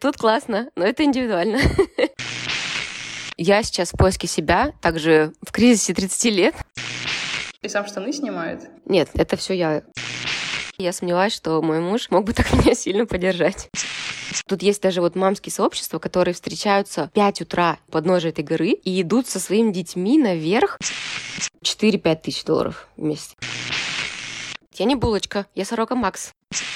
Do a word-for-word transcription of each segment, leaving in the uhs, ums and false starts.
Тут классно, но это индивидуально. Я сейчас в поиске себя, также в кризисе тридцати лет. И сам штаны снимает? Нет, это все я. Я сомневаюсь, что мой муж мог бы так меня сильно поддержать. Тут есть даже вот мамские сообщества, которые встречаются в пять утра у подножия этой горы и идут со своими детьми наверх. четыре-пять тысяч долларов в месяц. Я не булочка, я сорока Макс.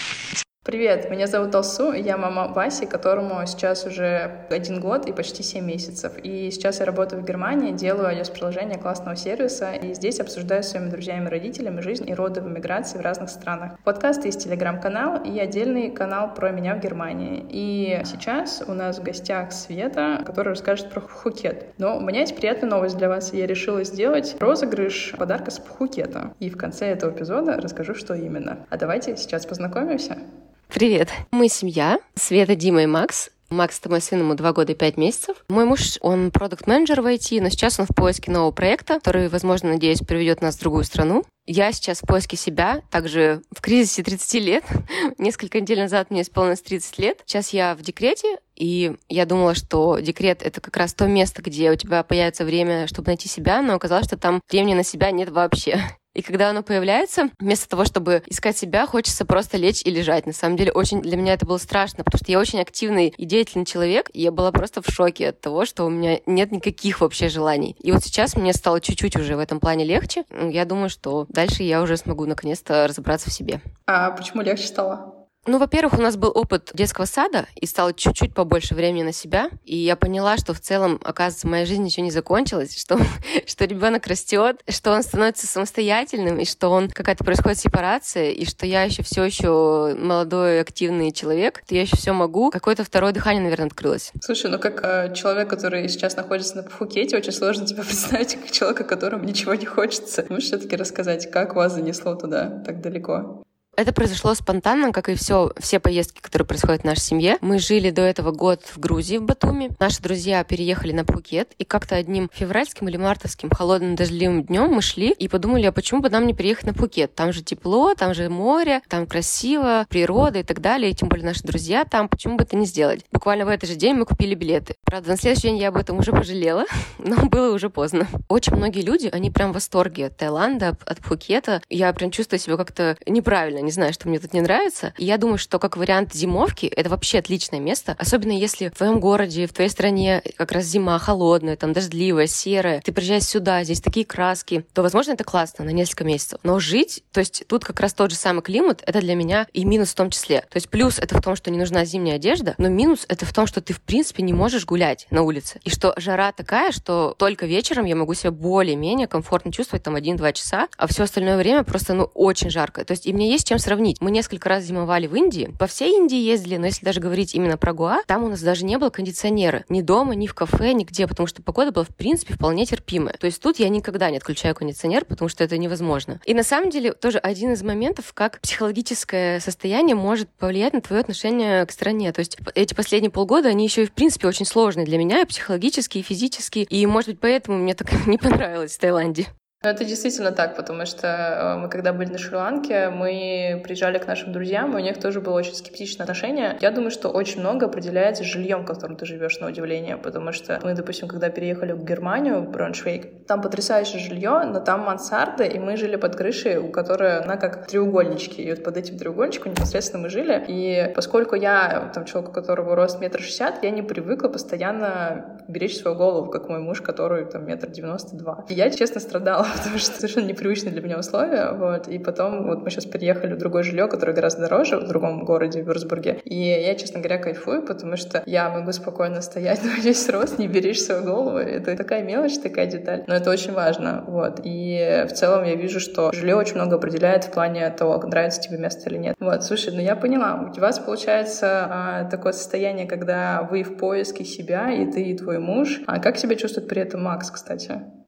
Привет, меня зовут Алсу, я мама Васи, которому сейчас уже один год и почти семь месяцев. И сейчас я работаю в Германии, делаю iOS-приложение классного сервиса, и здесь обсуждаю с своими друзьями и родителями жизнь и роды в эмиграции в разных странах. Подкаст есть телеграм-канал и отдельный канал про меня в Германии. И сейчас у нас в гостях Света, которая расскажет про Пхукет. Но у меня есть приятная новость для вас. Я решила сделать розыгрыш подарка с Пхукета. И в конце этого эпизода расскажу, что именно. А давайте сейчас познакомимся. Привет. Мы семья. Света, Дима и Макс. Макс — это мой сын, ему два года и пять месяцев. Мой муж, он продакт-менеджер в ай ти, но сейчас он в поиске нового проекта, который, возможно, надеюсь, приведет нас в другую страну. Я сейчас в поиске себя, также в кризисе тридцати лет. Несколько недель назад мне исполнилось тридцать лет. Сейчас я в декрете, и я думала, что декрет — это как раз то место, где у тебя появится время, чтобы найти себя, но оказалось, что там времени на себя нет вообще. И когда оно появляется, вместо того, чтобы искать себя, хочется просто лечь и лежать. На самом деле, очень для меня это было страшно, потому что я очень активный и деятельный человек, и я была просто в шоке от того, что у меня нет никаких вообще желаний. И вот сейчас мне стало чуть-чуть уже в этом плане легче. Я думаю, что дальше я уже смогу наконец-то разобраться в себе. А почему легче стало? Ну, во-первых, у нас был опыт детского сада, и стало чуть-чуть побольше времени на себя. И я поняла, что в целом, оказывается, моя жизнь еще не закончилась, что, что ребенок растет, что он становится самостоятельным, и что он какая-то происходит сепарация, и что я еще все еще молодой, активный человек, то я еще все могу. Какое-то второе дыхание, наверное, открылось. Слушай, ну как э, человек, который сейчас находится на Пхукете, очень сложно тебя представить как человека, которому ничего не хочется. Можешь все-таки рассказать, как вас занесло туда так далеко? Это произошло спонтанно, как и все, все поездки, которые происходят в нашей семье. Мы жили до этого год в Грузии, в Батуми. Наши друзья переехали на Пхукет, и как-то одним февральским или мартовским холодным дождливым днем мы шли и подумали, а почему бы нам не переехать на Пхукет? Там же тепло, там же море, там красиво, природа и так далее, и тем более наши друзья там, почему бы это не сделать? Буквально в этот же день мы купили билеты. Правда, на следующий день я об этом уже пожалела, но было уже поздно. Очень многие люди, они прям в восторге от Таиланда, от Пхукета. Я прям чувствую себя как-то неправильно, не знаю, что мне тут не нравится. И я думаю, что как вариант зимовки это вообще отличное место, особенно если в твоем городе, в твоей стране как раз зима холодная, там дождливая, серая, ты приезжаешь сюда, здесь такие краски, то, возможно, это классно на несколько месяцев. Но жить, то есть тут как раз тот же самый климат, это для меня и минус в том числе. То есть плюс это в том, что не нужна зимняя одежда, но минус это в том, что ты, в принципе, не можешь гулять на улице. И что жара такая, что только вечером я могу себя более-менее комфортно чувствовать, там, один-два часа, а все остальное время просто, ну, очень жарко. То есть и мне есть чем сравнить. Мы несколько раз зимовали в Индии. По всей Индии ездили, но если даже говорить именно про Гоа, там у нас даже не было кондиционера. Ни дома, ни в кафе, нигде, потому что погода была, в принципе, вполне терпимая. То есть тут я никогда не отключаю кондиционер, потому что это невозможно. И на самом деле тоже один из моментов, как психологическое состояние может повлиять на твое отношение к стране. То есть эти последние полгода, они еще и, в принципе, очень сложные для меня, и психологически, и физически. И, может быть, поэтому мне так не понравилось в Таиланде. Ну, это действительно так, потому что мы, когда были на Шри-Ланке, мы приезжали к нашим друзьям, и у них тоже было очень скептичное отношение. Я думаю, что очень много определяется жильем, в котором ты живешь, на удивление, потому что мы, допустим, когда переехали в Германию, в Брауншвейг, там потрясающее жилье, но там мансарда, и мы жили под крышей, у которой она как треугольнички, и вот под этим треугольничком непосредственно мы жили, и поскольку я, там, человек, у которого рост метр шестьдесят, я не привыкла постоянно беречь свою голову, как мой муж, который, там, метр девяносто два. И я, честно, страдала, потому что совершенно непривычные для меня условия, вот, и потом вот мы сейчас переехали в другое жилье, которое гораздо дороже, в другом городе, в Вюрцбурге, и я, честно говоря, кайфую, потому что я могу спокойно стоять на весь рост, не беречь свою голову, это такая мелочь, такая деталь, но это очень важно, вот, и в целом я вижу, что жилье очень много определяет в плане того, нравится тебе место или нет. Вот, слушай, ну я поняла, у вас получается такое состояние, когда вы в поиске себя, и ты, и твой муж, а как себя чувствует при этом Макс, кстати?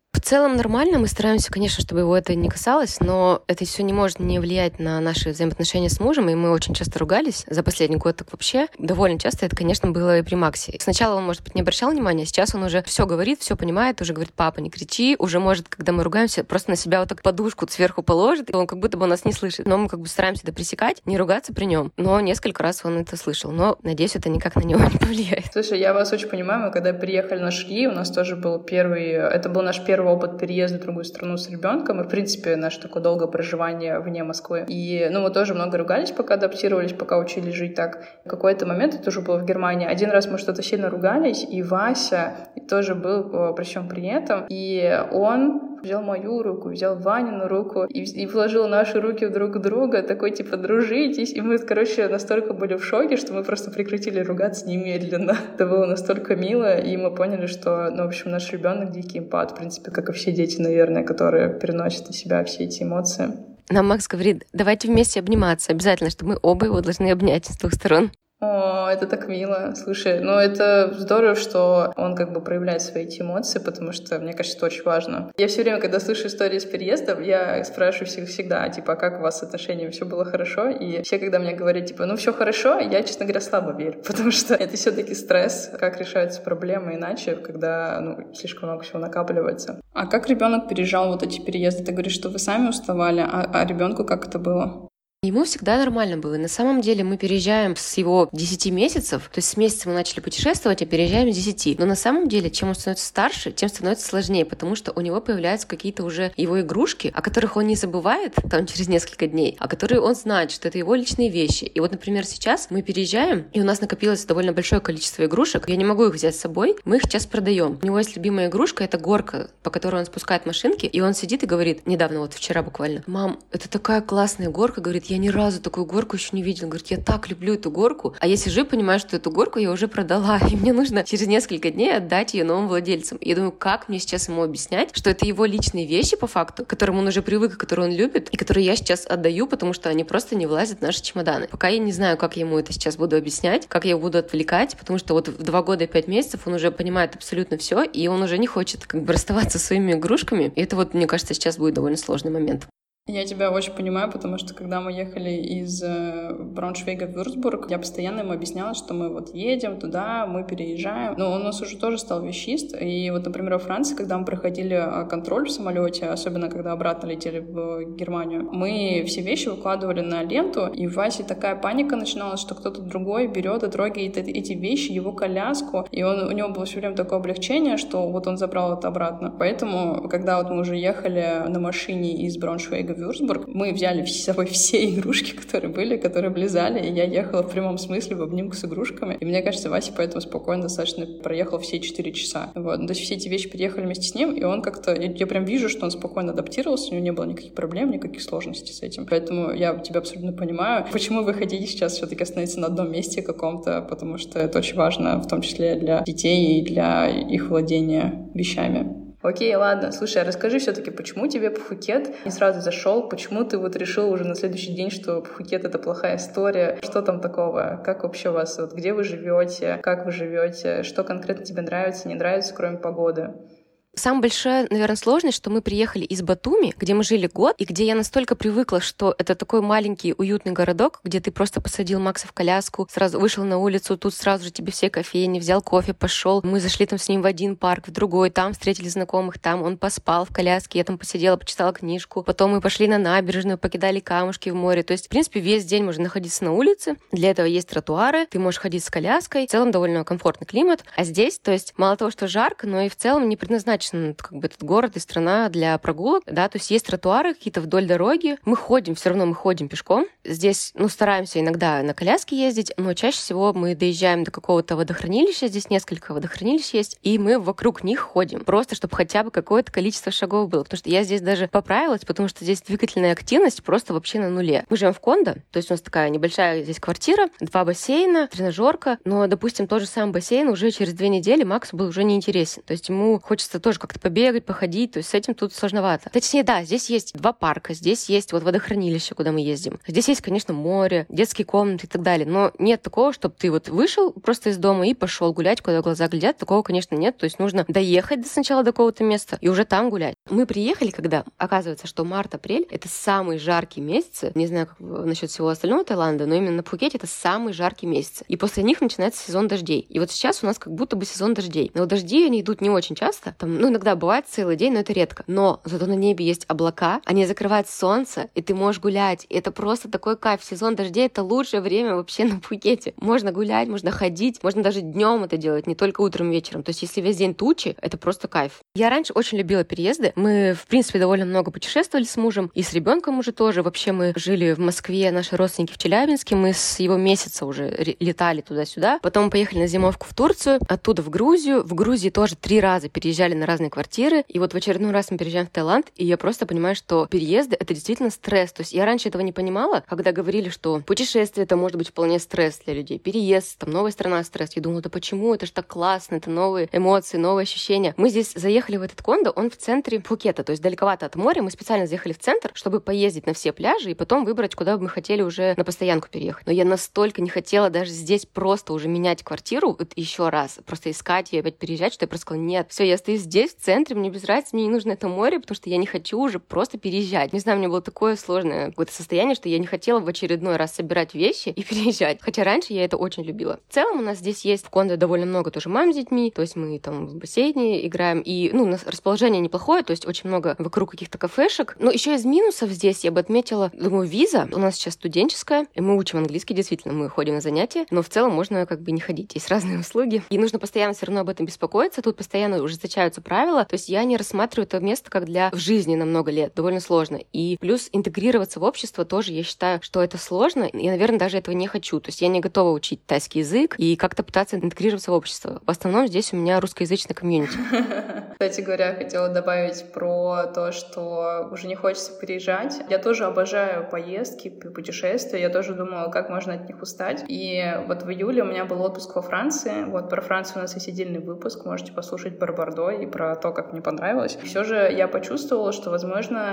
В целом нормально, мы стараемся, конечно, чтобы его это не касалось, но это все не может не влиять на наши взаимоотношения с мужем, и мы очень часто ругались за последний год, так вообще довольно часто это, конечно, было и при Максе. Сначала он, может быть, не обращал внимания, сейчас он уже все говорит, все понимает, уже говорит: папа, не кричи, уже может, когда мы ругаемся, просто на себя вот так подушку сверху положит, и он как будто бы нас не слышит. Но мы как бы стараемся это пресекать, не ругаться при нем. Но несколько раз он это слышал, но, надеюсь, это никак на него не повлияет. Слушай, я вас очень понимаю, мы когда приехали на Шри, у нас тоже был первый, это был наш первый опыт переезда в другую страну с ребенком, и, в принципе, наше такое долгое проживание вне Москвы. И, ну, мы тоже много ругались, пока адаптировались, пока учились жить так. В какой-то момент, это тоже было в Германии, один раз мы что-то сильно ругались, и Вася тоже был, причем при этом, и он взял мою руку, взял Ванину руку и, и вложил наши руки друг в друга, такой, типа, дружитесь. И мы, короче, настолько были в шоке, что мы просто прекратили ругаться немедленно. Это было настолько мило, и мы поняли, что, ну, в общем, наш ребенок дикий эмпат, в принципе, как и все дети, наверное, которые переносят на себя все эти эмоции. Нам Макс говорит: давайте вместе обниматься, обязательно, что мы оба его должны обнять с двух сторон. О, это так мило. Слушай, ну это здорово, что он как бы проявляет свои эти эмоции, потому что, мне кажется, это очень важно. Я все время, когда слышу истории с переездом, я спрашиваю всегда, типа, а как у вас с отношениями, все было хорошо? И все, когда мне говорят, типа, ну все хорошо, я, честно говоря, слабо верю, потому что это все-таки стресс, как решаются проблемы иначе, когда, ну, слишком много всего накапливается. А как ребенок переезжал вот эти переезды? Ты говоришь, что вы сами уставали, а, а ребенку как это было? Ему всегда нормально было. На самом деле мы переезжаем с его десяти месяцев, то есть с месяца мы начали путешествовать, а переезжаем с десяти. Но на самом деле, чем он становится старше, тем становится сложнее, потому что у него появляются какие-то уже его игрушки, о которых он не забывает там через несколько дней, а которые он знает, что это его личные вещи. И вот, например, сейчас мы переезжаем, и у нас накопилось довольно большое количество игрушек. Я не могу их взять с собой, мы их сейчас продаем. У него есть любимая игрушка, это горка, по которой он спускает машинки, и он сидит и говорит, недавно, вот вчера буквально: мам, это такая классная горка, говорит, я ни разу такую горку еще не видел. Говорит, я так люблю эту горку, а я сижу и понимаю, что эту горку я уже продала, и мне нужно через несколько дней отдать ее новым владельцам. И я думаю, как мне сейчас ему объяснять, что это его личные вещи, по факту, к которым он уже привык, которые он любит, и которые я сейчас отдаю, потому что они просто не влазят в наши чемоданы. Пока я не знаю, как я ему это сейчас буду объяснять, как я его буду отвлекать, потому что вот в два года и пять месяцев он уже понимает абсолютно все, и он уже не хочет как бы расставаться со своими игрушками. И это вот, мне кажется, сейчас будет довольно сложный момент. Я тебя очень понимаю, потому что когда мы ехали из э, Брауншвейга в Вюрцбург, я постоянно ему объясняла, что мы вот едем туда, мы переезжаем. Но он у нас уже тоже стал вещист. И вот, например, во Франции, когда мы проходили контроль в самолете, особенно когда обратно летели в Германию, мы все вещи выкладывали на ленту, и в Васе такая паника начиналась, что кто-то другой берет и трогает эти вещи, его коляску, и он, у него было все время такое облегчение, что вот он забрал это обратно. Поэтому, когда вот мы уже ехали на машине из Брауншвейга в Вюрцбург, мы взяли с собой все игрушки, которые были, которые влезали, и я ехала в прямом смысле в обнимку с игрушками. И мне кажется, Вася поэтому спокойно достаточно проехал все четыре часа. Вот. То есть все эти вещи приехали вместе с ним, и он как-то... Я, я прям вижу, что он спокойно адаптировался, у него не было никаких проблем, никаких сложностей с этим. Поэтому я тебя абсолютно понимаю. Почему вы хотите сейчас все-таки остановиться на одном месте каком-то, потому что это очень важно, в том числе для детей и для их владения вещами. Окей, ладно. Слушай, а расскажи все-таки, почему тебе Пхукет не сразу зашел? Почему ты вот решил уже на следующий день, что Пхукет — это плохая история? Что там такого? Как вообще у вас? Вот где вы живете? Как вы живете? Что конкретно тебе нравится, не нравится, кроме погоды? Самая большая, наверное, сложность, что мы приехали из Батуми, где мы жили год, и где я настолько привыкла, что это такой маленький уютный городок, где ты просто посадил Макса в коляску, сразу вышел на улицу, тут сразу же тебе все кофейни, взял кофе, пошел. Мы зашли там с ним в один парк, в другой, там встретили знакомых, там он поспал в коляске, я там посидела, почитала книжку. Потом мы пошли на набережную, покидали камушки в море. То есть, в принципе, весь день можно находиться на улице. Для этого есть тротуары, ты можешь ходить с коляской. В целом довольно комфортный климат. А здесь, то есть, мало того, что жарко, но и в целом не предназначено как бы этот город и страна для прогулок, да, то есть есть тротуары какие-то вдоль дороги, мы ходим, все равно мы ходим пешком. Здесь, ну, стараемся иногда на коляске ездить, но чаще всего мы доезжаем до какого-то водохранилища, здесь несколько водохранилищ есть, и мы вокруг них ходим, просто чтобы хотя бы какое-то количество шагов было, потому что я здесь даже поправилась, потому что здесь двигательная активность просто вообще на нуле. Мы живем в кондо, то есть у нас такая небольшая здесь квартира, два бассейна, тренажерка, но, допустим, тот же самый бассейн уже через две недели Максу был уже неинтересен, то есть ему хочется то тоже как-то побегать, походить, то есть с этим тут сложновато. Точнее, да, здесь есть два парка, здесь есть вот водохранилище, куда мы ездим. Здесь есть, конечно, море, детские комнаты и так далее, но нет такого, чтобы ты вот вышел просто из дома и пошел гулять, куда глаза глядят. Такого, конечно, нет. То есть нужно доехать сначала до какого-то места и уже там гулять. Мы приехали, когда оказывается, что март-апрель — это самые жаркие месяцы. Не знаю, как насчет всего остального Таиланда, но именно на Пхукете это самые жаркие месяцы. И после них начинается сезон дождей. И вот сейчас у нас как будто бы сезон дождей. Но дожди, они идут не очень часто. Там, ну, иногда бывает целый день, но это редко. Но зато на небе есть облака, они закрывают солнце, и ты можешь гулять. И это просто такой кайф. Сезон дождей — это лучшее время вообще на Пхукете. Можно гулять, можно ходить, можно даже днем это делать, не только утром и вечером. То есть если весь день тучи, это просто кайф. Я раньше очень любила переезды. Мы, в принципе, довольно много путешествовали с мужем, и с ребенком уже тоже. Вообще мы жили в Москве, наши родственники в Челябинске, мы с его месяца уже летали туда-сюда. Потом поехали на зимовку в Турцию, оттуда в Грузию. В Грузии тоже три раза переезжали на разные квартиры, и вот в очередной раз мы переезжаем в Таиланд, и я просто понимаю, что переезды — это действительно стресс. То есть я раньше этого не понимала, когда говорили, что путешествие — это может быть вполне стресс для людей. Переезд, там, новая страна — стресс. Я думала, да почему? Это же так классно, это новые эмоции, новые ощущения. Мы здесь заехали в этот кондо, он в центре Пхукета, то есть далековато от моря. Мы специально заехали в центр, чтобы поездить на все пляжи и потом выбрать, куда бы мы хотели уже на постоянку переехать. Но я настолько не хотела даже здесь просто уже менять квартиру вот еще раз, просто искать и опять переезжать, что я просто сказала, нет, все, я стою здесь, в центре, мне без разницы, мне не нужно это море, потому что я не хочу уже просто переезжать. Не знаю, у меня было такое сложное какое-то состояние, что я не хотела в очередной раз собирать вещи и переезжать. Хотя раньше я это очень любила. В целом у нас здесь есть в кондо довольно много тоже мам с детьми, то есть мы там в бассейне играем, и, ну, у нас расположение неплохое, то есть очень много вокруг каких-то кафешек. Но еще из минусов здесь я бы отметила, думаю, виза. У нас сейчас студенческая, и мы учим английский, действительно, мы ходим на занятия, но в целом можно как бы не ходить. Есть разные услуги, и нужно постоянно все равно об этом беспокоиться. Тут постоянно ужесточаются правила, то есть я не рассматриваю это место как для в жизни на много лет, довольно сложно. И плюс интегрироваться в общество тоже, я считаю, что это сложно, и, наверное, даже этого не хочу. То есть я не готова учить тайский язык и как-то пытаться интегрироваться в общество. В основном здесь у меня русскоязычный комьюнити. Кстати говоря, хотела добавить про то, что уже не хочется переезжать. Я тоже обожаю поездки, путешествия. Я тоже думала, как можно от них устать. И вот в июле у меня был отпуск во Франции. Вот про Францию у нас есть отдельный выпуск. Можете послушать про Бордо и про то, как мне понравилось. И все же я почувствовала, что, возможно,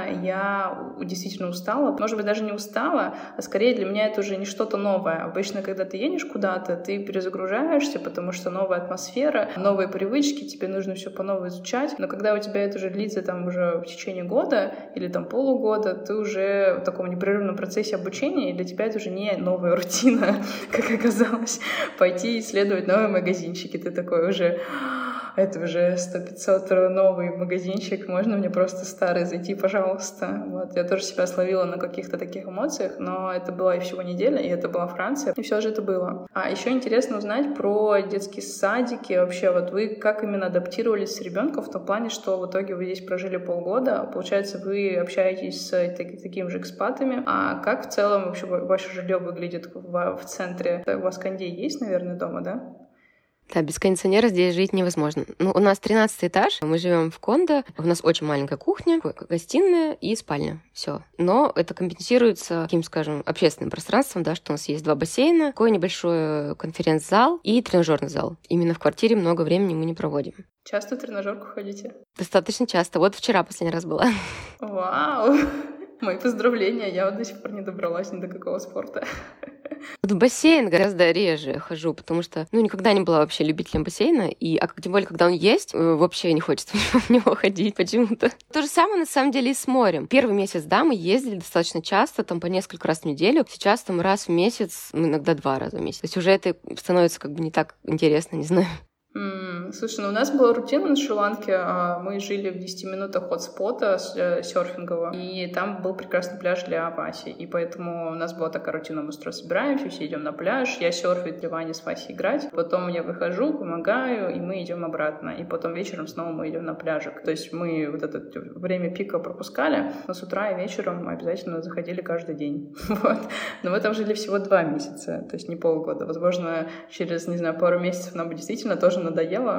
я действительно устала. Может быть, даже не устала, а скорее для меня это уже не что-то новое. Обычно, когда ты едешь куда-то, ты перезагружаешься, потому что новая атмосфера, новые привычки, тебе нужно все по новой изучать. Но когда у тебя это уже длится там уже в течение года или там полугода, ты уже в таком непрерывном процессе обучения, и для тебя это уже не новая рутина, как оказалось, пойти исследовать новые магазинчики. Ты такой уже... Это уже сто пятьсот новый магазинчик, можно мне просто старый зайти, пожалуйста. Вот. Я тоже себя словила на каких-то таких эмоциях, но это была и всего неделя, и это была Франция, и все же это было. А еще интересно узнать про детские садики. Вообще, вот вы как именно адаптировались с ребенком в том плане, что в итоге вы здесь прожили полгода, получается, вы общаетесь с такими же экспатами. А как в целом вообще ваше жилье выглядит в, в центре? У вас кондей есть, наверное, дома, да? Да, без кондиционера здесь жить невозможно. Ну, у нас тринадцатый этаж, мы живем в кондо, у нас очень маленькая кухня, гостиная и спальня. Все. Но это компенсируется таким, скажем, общественным пространством, да, что у нас есть два бассейна, такой небольшой конференц-зал и тренажерный зал. Именно в квартире много времени мы не проводим. Часто в тренажерку ходите? Достаточно часто. Вот вчера последний раз была. Вау! Мои поздравления, я вот до сих пор не добралась ни до какого спорта. В бассейн гораздо реже хожу, потому что, ну, никогда не была вообще любителем бассейна, и, а тем более, когда он есть, вообще не хочется в него ходить почему-то. То же самое, на самом деле, и с морем. Первый месяц, да, мы ездили достаточно часто, там, по несколько раз в неделю. Сейчас там раз в месяц, ну, иногда два раза в месяц. То есть уже это становится как бы не так интересно, не знаю. Mm, слушай, ну у нас была рутина на Шри-Ланке, мы жили в десяти минутах от спота серфингового, и там был прекрасный пляж для Васи, и поэтому у нас была такая рутина, мы сразу собираемся, все идем на пляж, я серфю для Вани с Васей играть, потом я выхожу, помогаю, и мы идем обратно, и потом вечером снова мы идем на пляжик. То есть мы вот это время пика пропускали, но с утра и вечером мы обязательно заходили каждый день. Вот. Но мы там жили всего два месяца, то есть не полгода. Возможно, через, не знаю, пару месяцев нам бы действительно тоже надоело.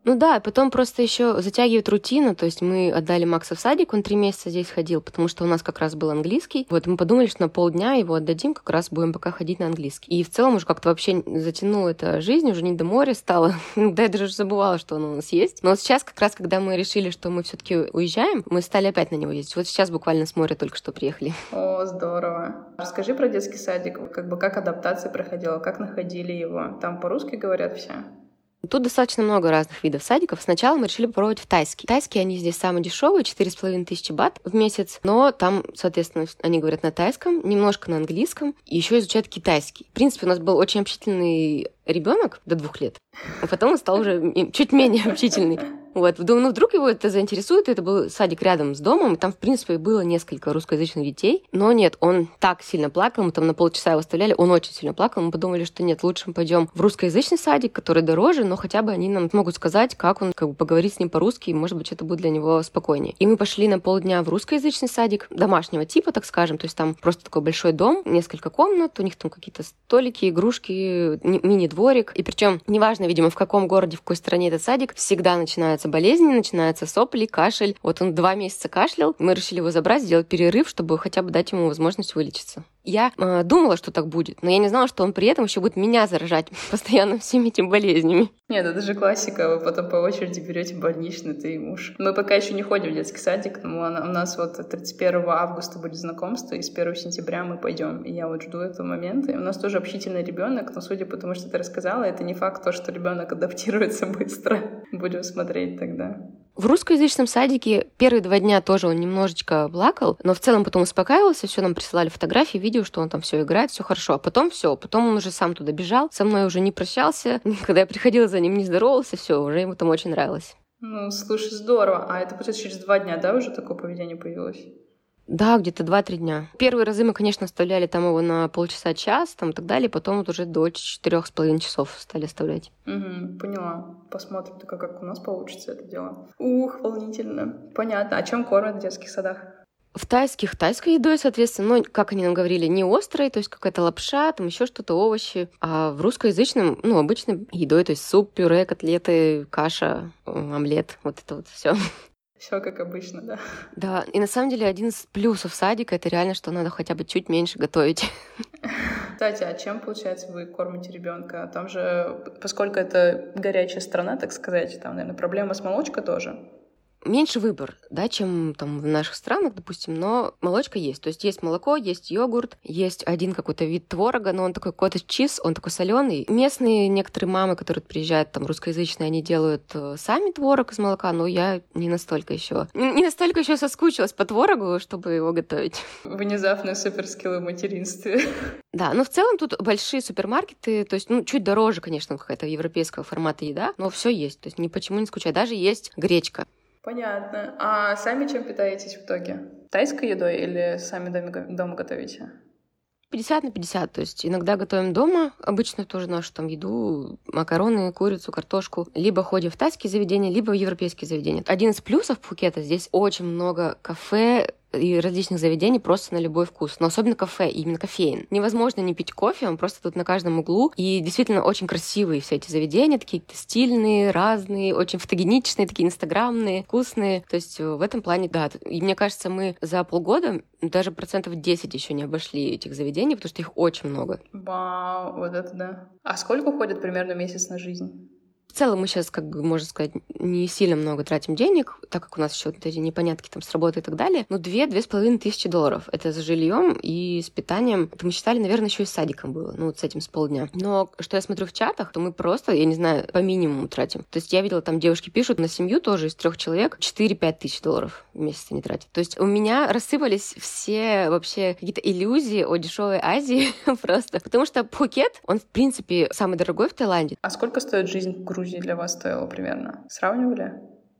Ну да, потом просто еще затягивает рутина, то есть мы отдали Макса в садик, он три месяца здесь ходил, потому что у нас как раз был английский. Вот мы подумали, что на полдня его отдадим, как раз будем пока ходить на английский. И в целом уже как-то вообще затянула эта жизнь, уже не до моря стало. Да, я даже уже забывала, что оно у нас есть. Но вот сейчас как раз, когда мы решили, что мы все-таки уезжаем, мы стали опять на него ездить. Вот сейчас буквально с моря только что приехали. О, здорово. Расскажи про детский садик, как бы как адаптация проходила, как находили его. Там по-русски говорят все? Тут достаточно много разных видов садиков. Сначала мы решили попробовать в тайский. Тайские, они здесь самые дешевые, четыре с половиной тысячи бат в месяц, но там, соответственно, они говорят на тайском, немножко на английском, и еще изучают китайский. В принципе, у нас был очень общительный ребенок до двух лет, а потом он стал уже чуть менее общительный. Вот. Ну, вдруг его это заинтересует. Это был садик рядом с домом, и там, в принципе, было несколько русскоязычных детей. Но нет, он так сильно плакал, мы там на полчаса его оставляли, он очень сильно плакал. Мы подумали, что нет, лучше мы пойдем в русскоязычный садик, который дороже, но хотя бы они нам смогут сказать, как он, как бы поговорить с ним по-русски, и, может быть, это будет для него спокойнее. И мы пошли на полдня в русскоязычный садик, домашнего типа, так скажем. То есть там просто такой большой дом, несколько комнат, у них там какие-то столики, игрушки, мини-дворик. И причем, неважно, видимо, в каком городе, в какой стране этот садик, всегда начинается болезни, начинаются сопли, кашель. Вот он два месяца кашлял, мы решили его забрать, сделать перерыв, чтобы хотя бы дать ему возможность вылечиться. Я э, думала, что так будет, но я не знала, что он при этом еще будет меня заражать постоянно всеми этими болезнями. Нет, это же классика, вы потом по очереди берете больничный, ты и муж. Мы пока еще не ходим в детский садик, но у нас вот тридцать первого августа будет знакомство, и с первого сентября мы пойдем. И я вот жду этого момента. И у нас тоже общительный ребенок, но судя по тому, что ты рассказала, это не факт то, что ребенок адаптируется быстро. Будем смотреть тогда. В русскоязычном садике первые два дня тоже он немножечко плакал, но в целом потом успокаивался, все нам присылали фотографии, видео, что он там все играет, все хорошо. А потом все, потом он уже сам туда бежал, со мной уже не прощался, когда я приходила за ним, не здоровался, все, уже ему там очень нравилось. Ну, слушай, здорово. А это, получается, через два дня, да, уже такое поведение появилось? Да, где-то два-три дня. Первые разы мы, конечно, оставляли там его на полчаса-час, там и так далее, потом вот уже до четырех с половиной часов стали оставлять. Угу, поняла. Посмотрим только, как у нас получится это дело. Ух, волнительно. Понятно. А чем кормят в детских садах? В тайских тайской едой, соответственно, ну, как они нам говорили, не острой, то есть какая-то лапша, там еще что-то, овощи. А в русскоязычном, ну, обычной едой, то есть суп, пюре, котлеты, каша, омлет, вот это вот все. Все как обычно, да. Да, и на самом деле один из плюсов садика — это реально, что надо хотя бы чуть меньше готовить. Кстати, а чем, получается, вы кормите ребенка? Там же, поскольку это горячая страна, так сказать, там, наверное, проблема с молочкой тоже. Меньше выбор, да, чем там в наших странах, допустим, но молочка есть. То есть есть молоко, есть йогурт, есть один какой-то вид творога, но он такой cottage cheese, он такой соленый. Местные некоторые мамы, которые приезжают там русскоязычные, они делают сами творог из молока, но я не настолько еще, не настолько еще соскучилась по творогу, чтобы его готовить. Внезапные суперскиллы в материнстве. Да, но в целом тут большие супермаркеты, то есть, ну, чуть дороже, конечно, какая-то европейского формата еда, но все есть, то есть ни почему не скучать. Даже есть гречка. Понятно. А сами чем питаетесь в итоге? Тайской едой или сами дома готовите? пятьдесят на пятьдесят, то есть иногда готовим дома, обычно тоже нашу там еду, макароны, курицу, картошку, либо ходим в тайские заведения, либо в европейские заведения. Один из плюсов Пхукета — здесь очень много кафе и различных заведений просто на любой вкус, но особенно кафе, именно кофеин. Невозможно не пить кофе, он просто тут на каждом углу, и действительно очень красивые все эти заведения, такие стильные, разные, очень фотогеничные, такие инстаграмные, вкусные, то есть в этом плане, да, и мне кажется, мы за полгода даже процентов десять еще не обошли этих заведений, потому что их очень много. Вау, вот это да. А сколько уходит примерно месяц на жизнь? В целом мы сейчас, как бы, можно сказать, не сильно много тратим денег, так как у нас еще вот эти непонятки там с работой и так далее. Ну, две-две с половиной тысячи долларов. Это с жильем и с питанием. Это мы считали, наверное, еще и с садиком было. Ну, вот с этим с полдня. Но что я смотрю в чатах, то мы просто, я не знаю, по минимуму тратим. То есть я видела, там девушки пишут, на семью тоже из трех человек четыре-пять тысяч долларов в месяц они тратят. То есть у меня рассыпались все вообще какие-то иллюзии о дешевой Азии просто. Потому что Пхукет, он, в принципе, самый дорогой в Таиланде. А сколько стоит жизнь в Грузии для вас стоило примерно? Сравнивали?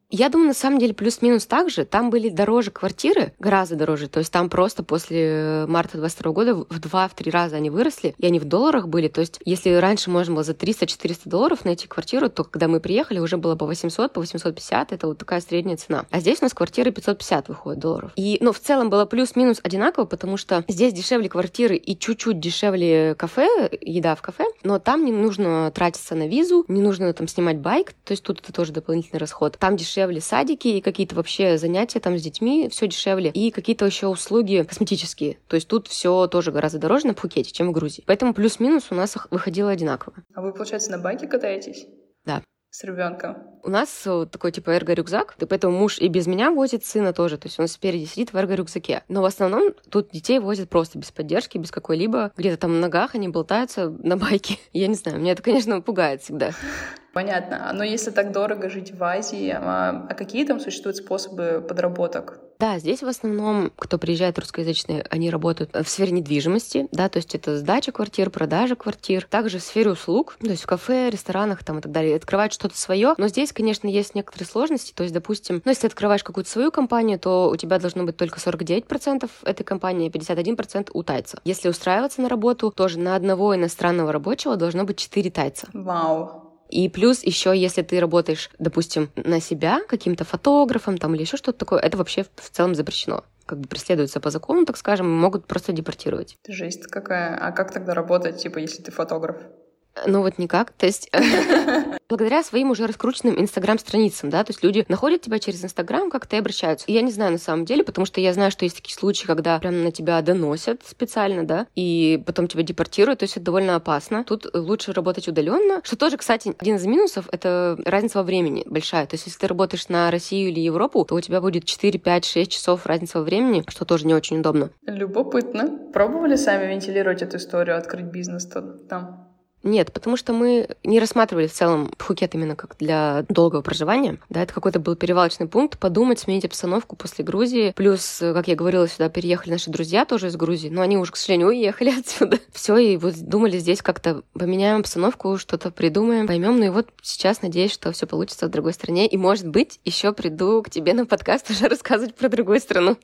Я думаю, на самом деле плюс-минус так же. Там были дороже квартиры, гораздо дороже. То есть там просто после марта двадцать второго года в два-три раза они выросли, и они в долларах были. То есть если раньше можно было за триста-четыреста долларов найти квартиру, то когда мы приехали, уже было по восемьсот, по восемьсот пятьдесят. Это вот такая средняя цена. А здесь у нас квартиры пятьсот пятьдесят выходит долларов. И, ну, в целом было плюс-минус одинаково, потому что здесь дешевле квартиры и чуть-чуть дешевле кафе, еда в кафе, но там не нужно тратиться на визу, не нужно там снимать байк, то есть тут это тоже дополнительный расход. Там дешевле дешевле садики и какие-то вообще занятия там с детьми, все дешевле. И какие-то еще услуги косметические. То есть тут все тоже гораздо дороже на Пхукете, чем в Грузии. Поэтому плюс-минус у нас выходило одинаково. А вы, получается, на байке катаетесь? Да. С ребенком? У нас такой типа эрго-рюкзак, и поэтому муж и без меня возит сына тоже, то есть он спереди сидит в эрго-рюкзаке. Но в основном тут детей возят просто без поддержки, без какой-либо. Где-то там на ногах они болтаются на байке. Я не знаю, меня это, конечно, пугает всегда. Понятно. Но если так дорого жить в Азии, а, а какие там существуют способы подработок? Да, здесь в основном, кто приезжает русскоязычные, они работают в сфере недвижимости, да, то есть это сдача квартир, продажа квартир, также в сфере услуг, то есть в кафе, ресторанах там и так далее, открывать что-то свое. Но здесь, конечно, есть некоторые сложности, то есть, допустим, ну, если ты открываешь какую-то свою компанию, то у тебя должно быть только сорок девять процентов этой компании, пятьдесят один процент у тайца. Если устраиваться на работу, тоже на одного иностранного рабочего должно быть четыре тайца. Вау. И плюс еще, если ты работаешь, допустим, на себя, каким-то фотографом там или еще что-то такое, это вообще в целом запрещено. Как бы преследуется по закону, так скажем, могут просто депортировать. Жесть какая. А как тогда работать, типа, если ты фотограф? Ну вот никак, то есть благодаря своим уже раскрученным инстаграм-страницам, да, то есть люди находят тебя через инстаграм, как-то и обращаются. И я не знаю на самом деле, потому что я знаю, что есть такие случаи, когда прям на тебя доносят специально, да, и потом тебя депортируют, то есть это довольно опасно. Тут лучше работать удаленно, что тоже, кстати, один из минусов — это разница во времени большая. То есть если ты работаешь на Россию или Европу, то у тебя будет четыре, пять, шесть часов разница во времени, что тоже не очень удобно. Любопытно. Пробовали сами вентилировать эту историю, открыть бизнес там? Нет, потому что мы не рассматривали в целом Пхукет именно как для долгого проживания. Да, это какой-то был перевалочный пункт, подумать, сменить обстановку после Грузии. Плюс, как я говорила, сюда переехали наши друзья тоже из Грузии, но они уже, к сожалению, уехали отсюда. Все, и вот думали здесь как-то поменяем обстановку, что-то придумаем, поймем. Ну и вот сейчас надеюсь, что все получится в другой стране. И, может быть, еще приду к тебе на подкаст уже рассказывать про другую страну.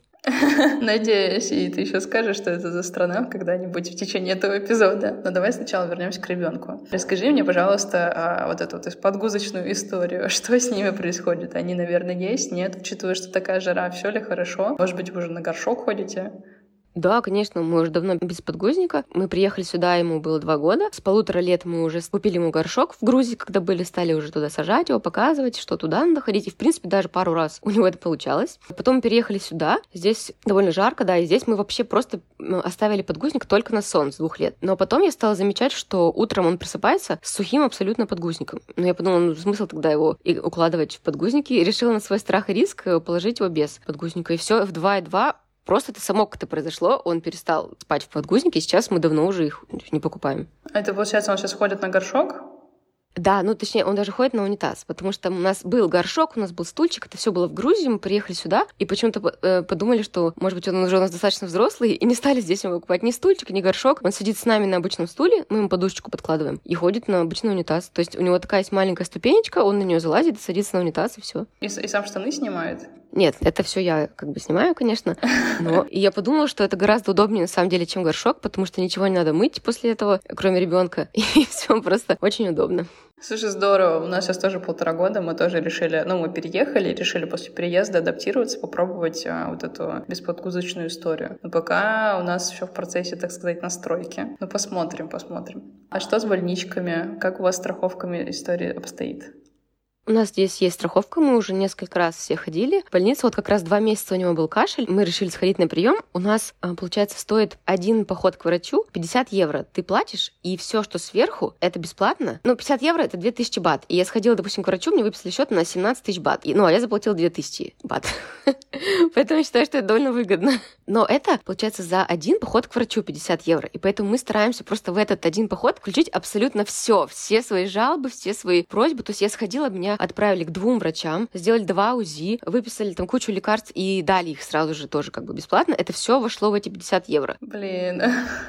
Надеюсь, и ты еще скажешь, что это за страна когда-нибудь в течение этого эпизода. Но давай сначала вернемся к ребенку. Расскажи мне, пожалуйста, вот эту вот подгузочную историю. Что с ними происходит? Они, наверное, есть? Нет? Учитывая, что такая жара, все ли хорошо? Может быть, вы уже на горшок ходите? Да, конечно, мы уже давно без подгузника. Мы приехали сюда, ему было два года. С полутора лет мы уже купили ему горшок в Грузии, когда были, стали уже туда сажать его, показывать, что туда надо ходить. И, в принципе, даже пару раз у него это получалось. Потом мы переехали сюда. Здесь довольно жарко, да, и здесь мы вообще просто оставили подгузник только на сон с двух лет. Но потом я стала замечать, что утром он просыпается с сухим абсолютно подгузником. Но я подумала, ну, смысл тогда его и укладывать в подгузники. И решила на свой страх и риск положить его без подгузника. И все в два и два просто это само как-то произошло, он перестал спать в подгузнике, и сейчас мы давно уже их не покупаем. Это, получается, он сейчас ходит на горшок? Да, ну точнее, он даже ходит на унитаз, потому что у нас был горшок, у нас был стульчик, это все было в Грузии, мы приехали сюда, и почему-то э, подумали, что, может быть, он уже у нас достаточно взрослый, и не стали здесь ему покупать ни стульчик, ни горшок. Он сидит с нами на обычном стуле, мы ему подушечку подкладываем, и ходит на обычный унитаз. То есть у него такая есть маленькая ступенечка, он на нее залазит, садится на унитаз, и все. И, и сам штаны снимает? Нет, это все я как бы снимаю, конечно, но и я подумала, что это гораздо удобнее на самом деле, чем горшок, потому что ничего не надо мыть после этого, кроме ребенка, и все просто очень удобно. Слушай, здорово. У нас сейчас тоже полтора года, мы тоже решили, ну, мы переехали, решили после переезда адаптироваться, попробовать а, вот эту бесподгузочную историю. Но пока у нас еще в процессе, так сказать, настройки. Ну, посмотрим, посмотрим. А что с больничками? Как у вас с страховками история обстоит? У нас здесь есть страховка, мы уже несколько раз все ходили. В больнице вот как раз два месяца у него был кашель, мы решили сходить на прием. У нас, получается, стоит один поход к врачу пятьдесят евро. Ты платишь, и все, что сверху, это бесплатно. Ну, пятьдесят евро — это две тысячи бат. И я сходила, допустим, к врачу, мне выписали счет на семнадцать тысяч бат. И, ну, а я заплатила две тысячи бат. Поэтому я считаю, что это довольно выгодно. Но это, получается, за один поход к врачу пятьдесят евро. И поэтому мы стараемся просто в этот один поход включить абсолютно все. Все свои жалобы, все свои просьбы. То есть я сходила, меня отправили к двум врачам, сделали два УЗИ, выписали там кучу лекарств и дали их сразу же тоже как бы бесплатно. Это все вошло в эти пятьдесят евро. Блин.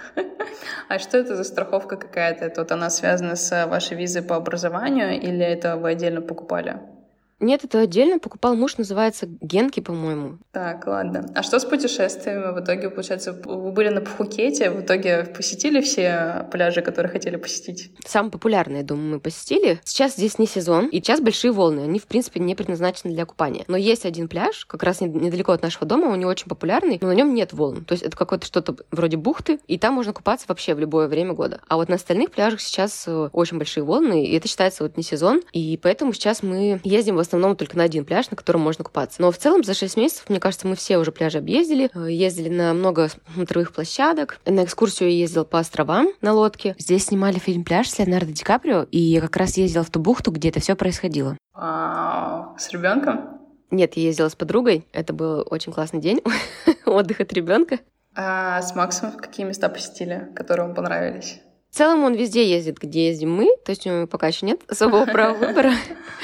А что это за страховка какая-то? Это вот она связана с вашей визой по образованию или это вы отдельно покупали? Нет, это отдельно покупал муж, называется Генки, по-моему. Так, ладно. А что с путешествиями? В итоге, получается, вы были на Пхукете, в итоге посетили все пляжи, которые хотели посетить? Самые популярные, думаю, мы посетили. Сейчас здесь не сезон, и сейчас большие волны. Они, в принципе, не предназначены для купания. Но есть один пляж, как раз недалеко от нашего дома, он не очень популярный, но на нем нет волн. То есть это какое-то что-то вроде бухты, и там можно купаться вообще в любое время года. А вот на остальных пляжах сейчас очень большие волны, и это считается вот не сезон, и поэтому сейчас мы ездим в основном только на один пляж, на котором можно купаться. Но в целом за шесть месяцев, мне кажется, мы все уже пляжи объездили, ездили на много смотровых площадок, на экскурсию я ездил по островам на лодке. Здесь снимали фильм «Пляж» с Леонардо Ди Каприо, и я как раз ездила в ту бухту, где это все происходило. Вау, с ребенком? Нет, я ездила с подругой. Это был очень классный день отдых от ребенка. А с Максом какие места посетили, которые вам понравились? В целом он везде ездит, где ездим мы, то есть у него пока еще нет особого права выбора.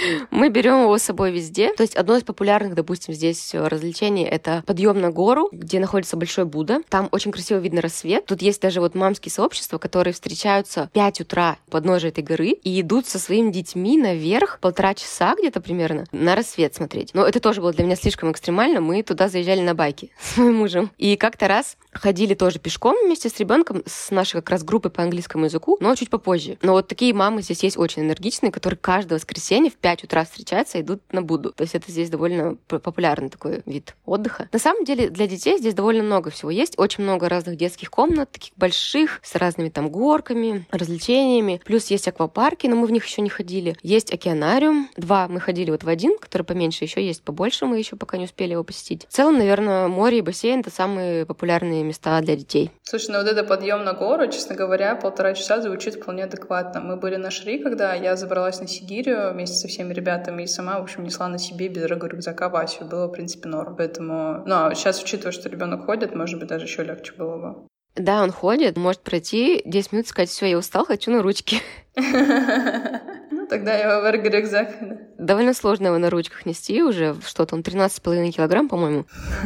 Мы берем его с собой везде. То есть одно из популярных, допустим, здесь развлечений — это подъем на гору, где находится Большой Будда. Там очень красиво видно рассвет. Тут есть даже вот мамские сообщества, которые встречаются в пять утра у подножия этой горы и идут со своими детьми наверх полтора часа где-то примерно на рассвет смотреть. Но это тоже было для меня слишком экстремально. Мы туда заезжали на байке с моим мужем. И как-то раз ходили тоже пешком вместе с ребенком, с нашей как раз группой по английскому языку, но чуть попозже. Но вот такие мамы здесь есть очень энергичные, которые каждое воскресенье в пять утра встречаются и идут на Будду. То есть это здесь довольно популярный такой вид отдыха. На самом деле для детей здесь довольно много всего есть. Очень много разных детских комнат, таких больших, с разными там горками, развлечениями. Плюс есть аквапарки, но мы в них еще не ходили. Есть океанариум. Два мы ходили вот в один, который поменьше, еще есть побольше, мы еще пока не успели его посетить. В целом, наверное, море и бассейн — это самые популярные места для детей. Слушай, ну вот это подъем на гору, честно говоря, полтора часа звучит вполне адекватно. Мы были на Шри, когда я забралась на Сигирию вместе со всеми ребятами и сама, в общем, несла на себе без рюкзака Васю. Было, в принципе, норм. Поэтому, ну, а сейчас, учитывая, что ребенок ходит, может быть, даже еще легче было бы. Да, он ходит, может пройти десять минут и сказать: все, я устал, хочу на ручки. Ну, тогда его в рюкзак. Довольно сложно его на ручках нести уже, что-то он тринадцать с половиной килограмм, по-моему.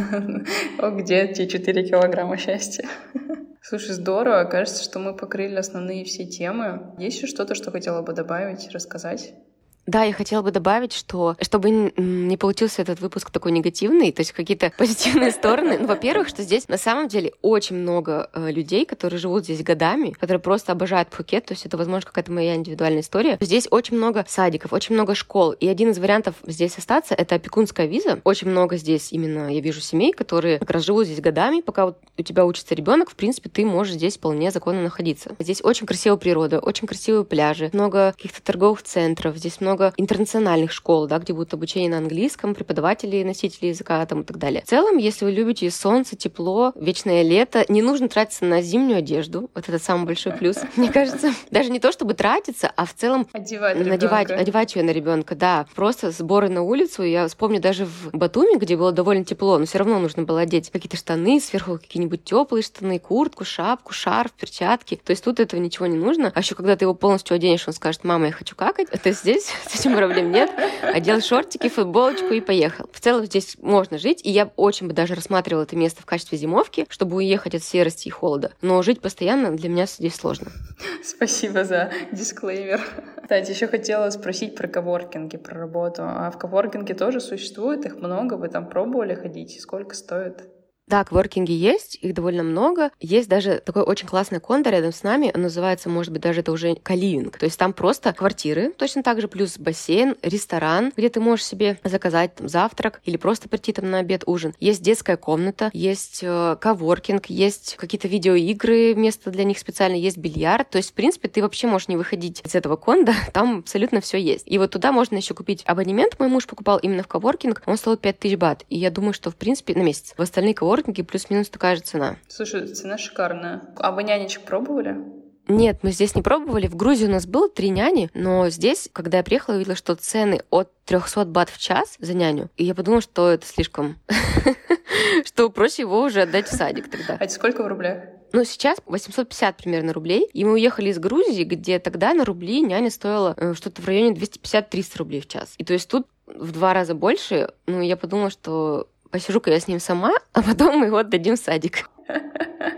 О, где те четыре килограмма счастья? Слушай, здорово. Кажется, что мы покрыли основные все темы. Есть еще что-то, что хотела бы добавить, рассказать? Да, я хотела бы добавить, что чтобы не получился этот выпуск такой негативный, то есть какие-то позитивные стороны. Ну, во-первых, что здесь на самом деле очень много э, людей, которые живут здесь годами, которые просто обожают Пхукет, то есть это, возможно, какая-то моя индивидуальная история. Здесь очень много садиков, очень много школ, и один из вариантов здесь остаться — это опекунская виза. Очень много здесь именно, я вижу, семей, которые как раз живут здесь годами, пока вот у тебя учится ребенок, в принципе, ты можешь здесь вполне законно находиться. Здесь очень красивая природа, очень красивые пляжи, много каких-то торговых центров, здесь много много интернациональных школ, да, где будет обучение на английском, преподаватели, носители языка там, и так далее. В целом, если вы любите солнце, тепло, вечное лето, не нужно тратиться на зимнюю одежду. Вот это самый большой плюс, мне кажется. Даже не то, чтобы тратиться, а в целом одевать, надевать, одевать ее на ребенка. Да, просто сборы на улицу. Я вспомню даже в Батуми, где было довольно тепло, но все равно нужно было одеть какие-то штаны, сверху какие-нибудь теплые штаны, куртку, шапку, шарф, перчатки. То есть тут этого ничего не нужно. А еще когда ты его полностью оденешь, он скажет: мама, я хочу какать. То есть здесь с этим проблем нет. Одел шортики, футболочку и поехал. В целом здесь можно жить, и я очень бы даже рассматривала это место в качестве зимовки, чтобы уехать от серости и холода. Но жить постоянно для меня здесь сложно. Спасибо за дисклеймер. Кстати, еще хотела спросить про коворкинги, про работу. А в коворкинге тоже существует? Их много? Вы там пробовали ходить? Сколько стоит? Да, коворкинги есть, их довольно много. Есть даже такой очень классный кондо рядом с нами, он называется, может быть, даже это уже коливинг. То есть там просто квартиры, точно так же, плюс бассейн, ресторан, где ты можешь себе заказать там завтрак или просто прийти там на обед, ужин. Есть детская комната, есть э, коворкинг, есть какие-то видеоигры, место для них специально, есть бильярд. То есть, в принципе, ты вообще можешь не выходить из этого кондо, там абсолютно все есть. И вот туда можно еще купить абонемент. Мой муж покупал именно в коворкинг, он стоил пять тысяч бат. И я думаю, что, в принципе, на месяц. В остальные коворкинги плюс-минус такая же цена. Слушай, цена шикарная. А вы нянечек пробовали? Нет, мы здесь не пробовали. В Грузии у нас было три няни, но здесь, когда я приехала, увидела, что цены от триста бат в час за няню. И я подумала, что это слишком. Что проще его уже отдать в садик тогда. А это сколько в рублях? Ну, сейчас восемьсот пятьдесят примерно рублей. И мы уехали из Грузии, где тогда на рубли няня стоила э, что-то в районе двести пятьдесят - триста рублей в час. И то есть тут в два раза больше. Ну, я подумала, что посижу-ка я с ним сама, а потом мы его отдадим в садик.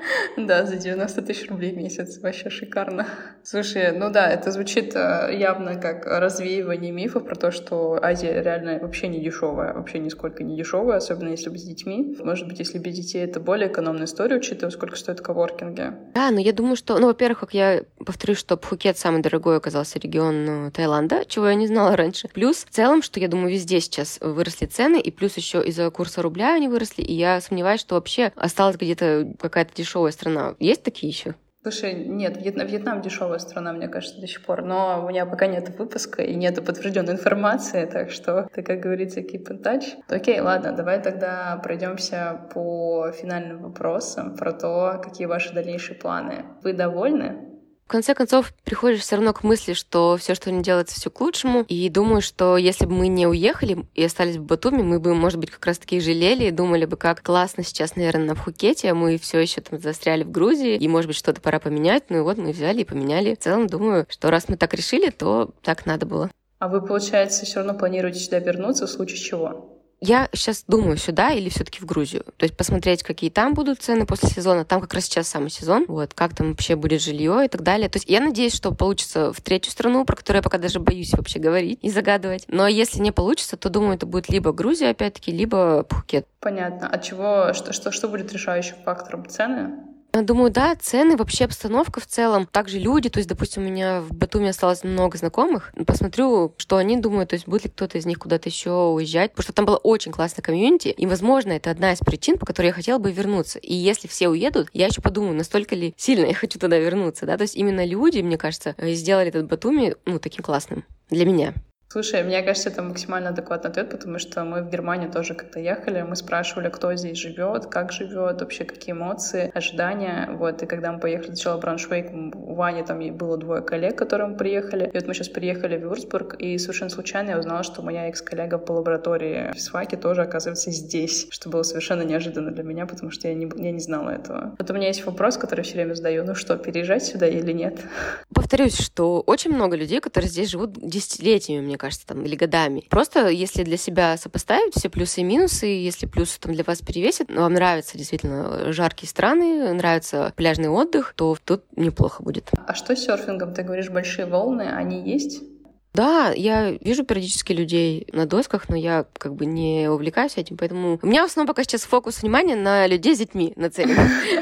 Да, за девяносто тысяч рублей в месяц. Вообще шикарно. Слушай, ну да, это звучит явно как развеивание мифов про то, что Азия реально вообще не дешевая, вообще нисколько не дешевая, особенно если без детьми. Может быть, если без детей это более экономная история, учитывая, сколько стоит коворкинги. Да, но я думаю, что... Ну, во-первых, как я повторюсь, что Пхукет самый дорогой оказался регион Таиланда, чего я не знала раньше. Плюс в целом, что я думаю, везде сейчас выросли цены, и плюс еще из-за курса рубля они выросли, и я сомневаюсь, что вообще осталась где-то какая-то дешевая страна. Есть такие еще? Слушай, нет, Вьетнам, Вьетнам дешевая страна, мне кажется, до сих пор, но у меня пока нет выпуска и нет подтвержденной информации, так что это, как говорится, keep in touch. Окей, ладно, давай тогда пройдемся по финальным вопросам про то, какие ваши дальнейшие планы. Вы довольны? В конце концов, приходишь все равно к мысли, что все, что не делается, все к лучшему. И думаю, что если бы мы не уехали и остались в Батуми, мы бы, может быть, как раз таки жалели и думали бы, как классно сейчас, наверное, на Пхукете, а мы все еще там застряли в Грузии, и, может быть, что-то пора поменять. Ну и вот мы взяли и поменяли. В целом, думаю, что раз мы так решили, то так надо было. А вы, получается, все равно планируете сюда вернуться в случае чего? Я сейчас думаю, сюда или все-таки в Грузию. То есть посмотреть, какие там будут цены после сезона. Там как раз сейчас самый сезон. Вот, как там вообще будет жилье и так далее. То есть я надеюсь, что получится в третью страну, про которую я пока даже боюсь вообще говорить и загадывать. Но если не получится, то думаю, это будет либо Грузия, опять-таки, либо Пхукет. Понятно. От чего, что, что, что будет решающим фактором? Цены? Думаю, да, цены, вообще обстановка в целом, также люди, то есть, допустим, у меня в Батуми осталось много знакомых, посмотрю, что они думают, то есть будет ли кто-то из них куда-то еще уезжать, потому что там было очень классное комьюнити, и, возможно, это одна из причин, по которой я хотела бы вернуться. И если все уедут, я еще подумаю, настолько ли сильно я хочу туда вернуться, да, то есть именно люди, мне кажется, сделали этот Батуми, ну, таким классным для меня. Слушай, мне кажется, это максимально адекватный ответ, потому что мы в Германию тоже как-то ехали, мы спрашивали, кто здесь живет, как живет, вообще какие эмоции, ожидания, вот, и когда мы поехали сначала в Брауншвейг, у Вани там было двое коллег, к которым приехали, и вот мы сейчас приехали в Вюрцбург, и совершенно случайно я узнала, что моя экс-коллега по лаборатории в СФАКе тоже оказывается здесь, что было совершенно неожиданно для меня, потому что я не, я не знала этого. Вот у меня есть вопрос, который все время задаю, ну что, переезжать сюда или нет? Повторюсь, что очень много людей, которые здесь живут десятилетиями, мне кажется, кажется, там, или годами. Просто если для себя сопоставить все плюсы и минусы, если плюсы там для вас перевесят, вам нравятся действительно жаркие страны, нравится пляжный отдых, то тут неплохо будет. А что с серфингом? Ты говоришь, большие волны, они есть? Да, я вижу периодически людей на досках, но я как бы не увлекаюсь этим, поэтому у меня в основном пока сейчас фокус внимания на людей с детьми нацелен.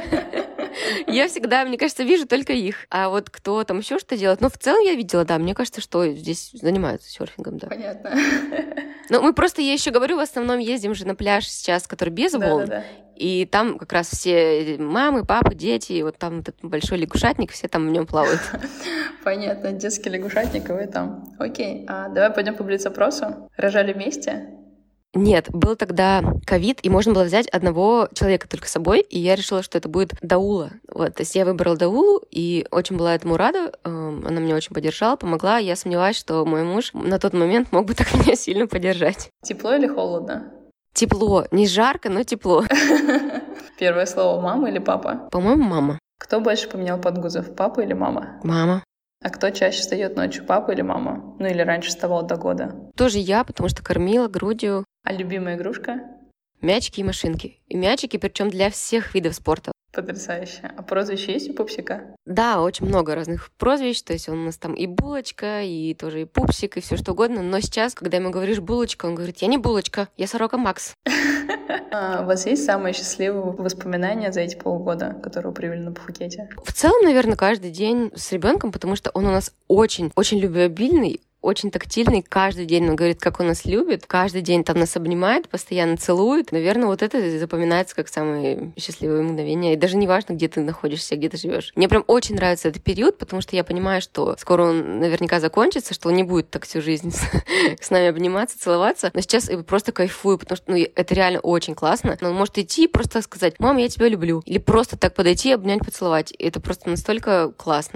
Я всегда, мне кажется, вижу только их. А вот кто там еще что делает? Ну, в целом я видела, да, мне кажется, что здесь занимаются серфингом, да. Понятно. Ну, мы просто, я еще говорю, в основном ездим же на пляж сейчас, который без волн. Да, да, да. И там как раз все мамы, папы, дети, вот там этот большой лягушатник, все там в нем плавают. Понятно, детский лягушатник, и вы там. Окей, а давай пойдем по блиц-опросу. Рожали вместе? Нет, был тогда ковид, и можно было взять одного человека только с собой, и я решила, что это будет Даула. Вот, то есть я выбрала Даулу, и очень была этому рада, она меня очень поддержала, помогла, я сомневаюсь, что мой муж на тот момент мог бы так меня сильно поддержать. Тепло или холодно? Тепло. Не жарко, но тепло. Первое слово мама или папа? По-моему, мама. Кто больше поменял подгузов, папа или мама? Мама. А кто чаще встает ночью, папа или мама? Ну или раньше вставал до года? Тоже я, потому что кормила грудью. А любимая игрушка? Мячики и машинки. И мячики, причем для всех видов спорта. Потрясающе. А прозвище есть у пупсика? Да, очень много разных прозвищ. То есть он у нас там и булочка, и тоже и пупсик, и все что угодно. Но сейчас, когда ему говоришь булочка, он говорит: я не булочка, я сорока Макс. А у вас есть самые счастливые воспоминания за эти полгода, которые вы провели на Пхукете? В целом, наверное, каждый день с ребенком, потому что он у нас очень, очень любвеобильный, очень тактильный. Каждый день он говорит, как он нас любит. Каждый день там нас обнимает, постоянно целует. Наверное, вот это запоминается как самые счастливые мгновения. И даже не важно, где ты находишься, где ты живешь. Мне прям очень нравится этот период, потому что я понимаю, что скоро он наверняка закончится, что он не будет так всю жизнь с, с нами обниматься, целоваться. Но сейчас я просто кайфую, потому что ну, это реально очень классно. Он может идти и просто сказать: мам, я тебя люблю. Или просто так подойти, обнять, поцеловать. И это просто настолько классно.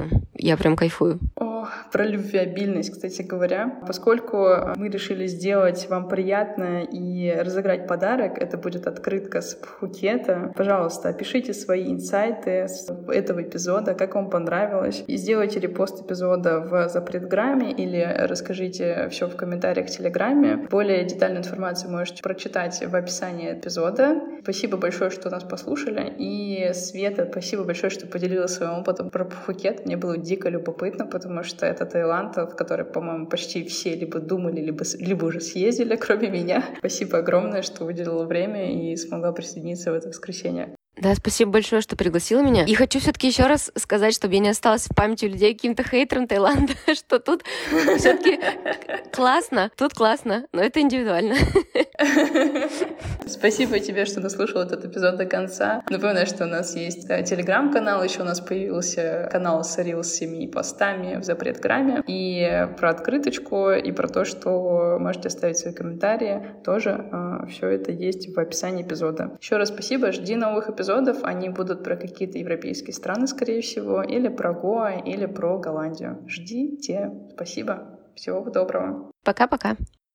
я прям кайфую. О, про любвеобильность, кстати говоря. Поскольку мы решили сделать вам приятно и разыграть подарок, это будет открытка с Пхукета. Пожалуйста, опишите свои инсайты с этого эпизода, как вам понравилось. И сделайте репост эпизода в Запретграме или расскажите все в комментариях в Телеграме. Более детальную информацию можете прочитать в описании эпизода. Спасибо большое, что нас послушали. И Света, спасибо большое, что поделилась своим опытом про Пхукет. Мне было дико любопытно, потому что это Таиланд, в который, по-моему, почти все либо думали, либо, либо уже съездили, кроме меня. Спасибо огромное, что уделила время и смогла присоединиться в это воскресенье. Да, спасибо большое, что пригласила меня. И хочу все-таки еще раз сказать, чтобы я не осталась в памяти у людей каким-то хейтером Таиланда, что тут все-таки классно, тут классно, но это индивидуально. Спасибо тебе, что дослушал этот эпизод до конца. Напоминаю, что у нас есть телеграм-канал, еще у нас появился канал с рилсами и постами в Запретграме. И про открыточку, и про то, что можете оставить свои комментарии, тоже э, все это есть в описании эпизода. Еще раз спасибо, жди новых эпизодов. Они будут про какие-то европейские страны, скорее всего, или про Гоа, или про Голландию. Ждите. Спасибо. Всего доброго. Пока-пока.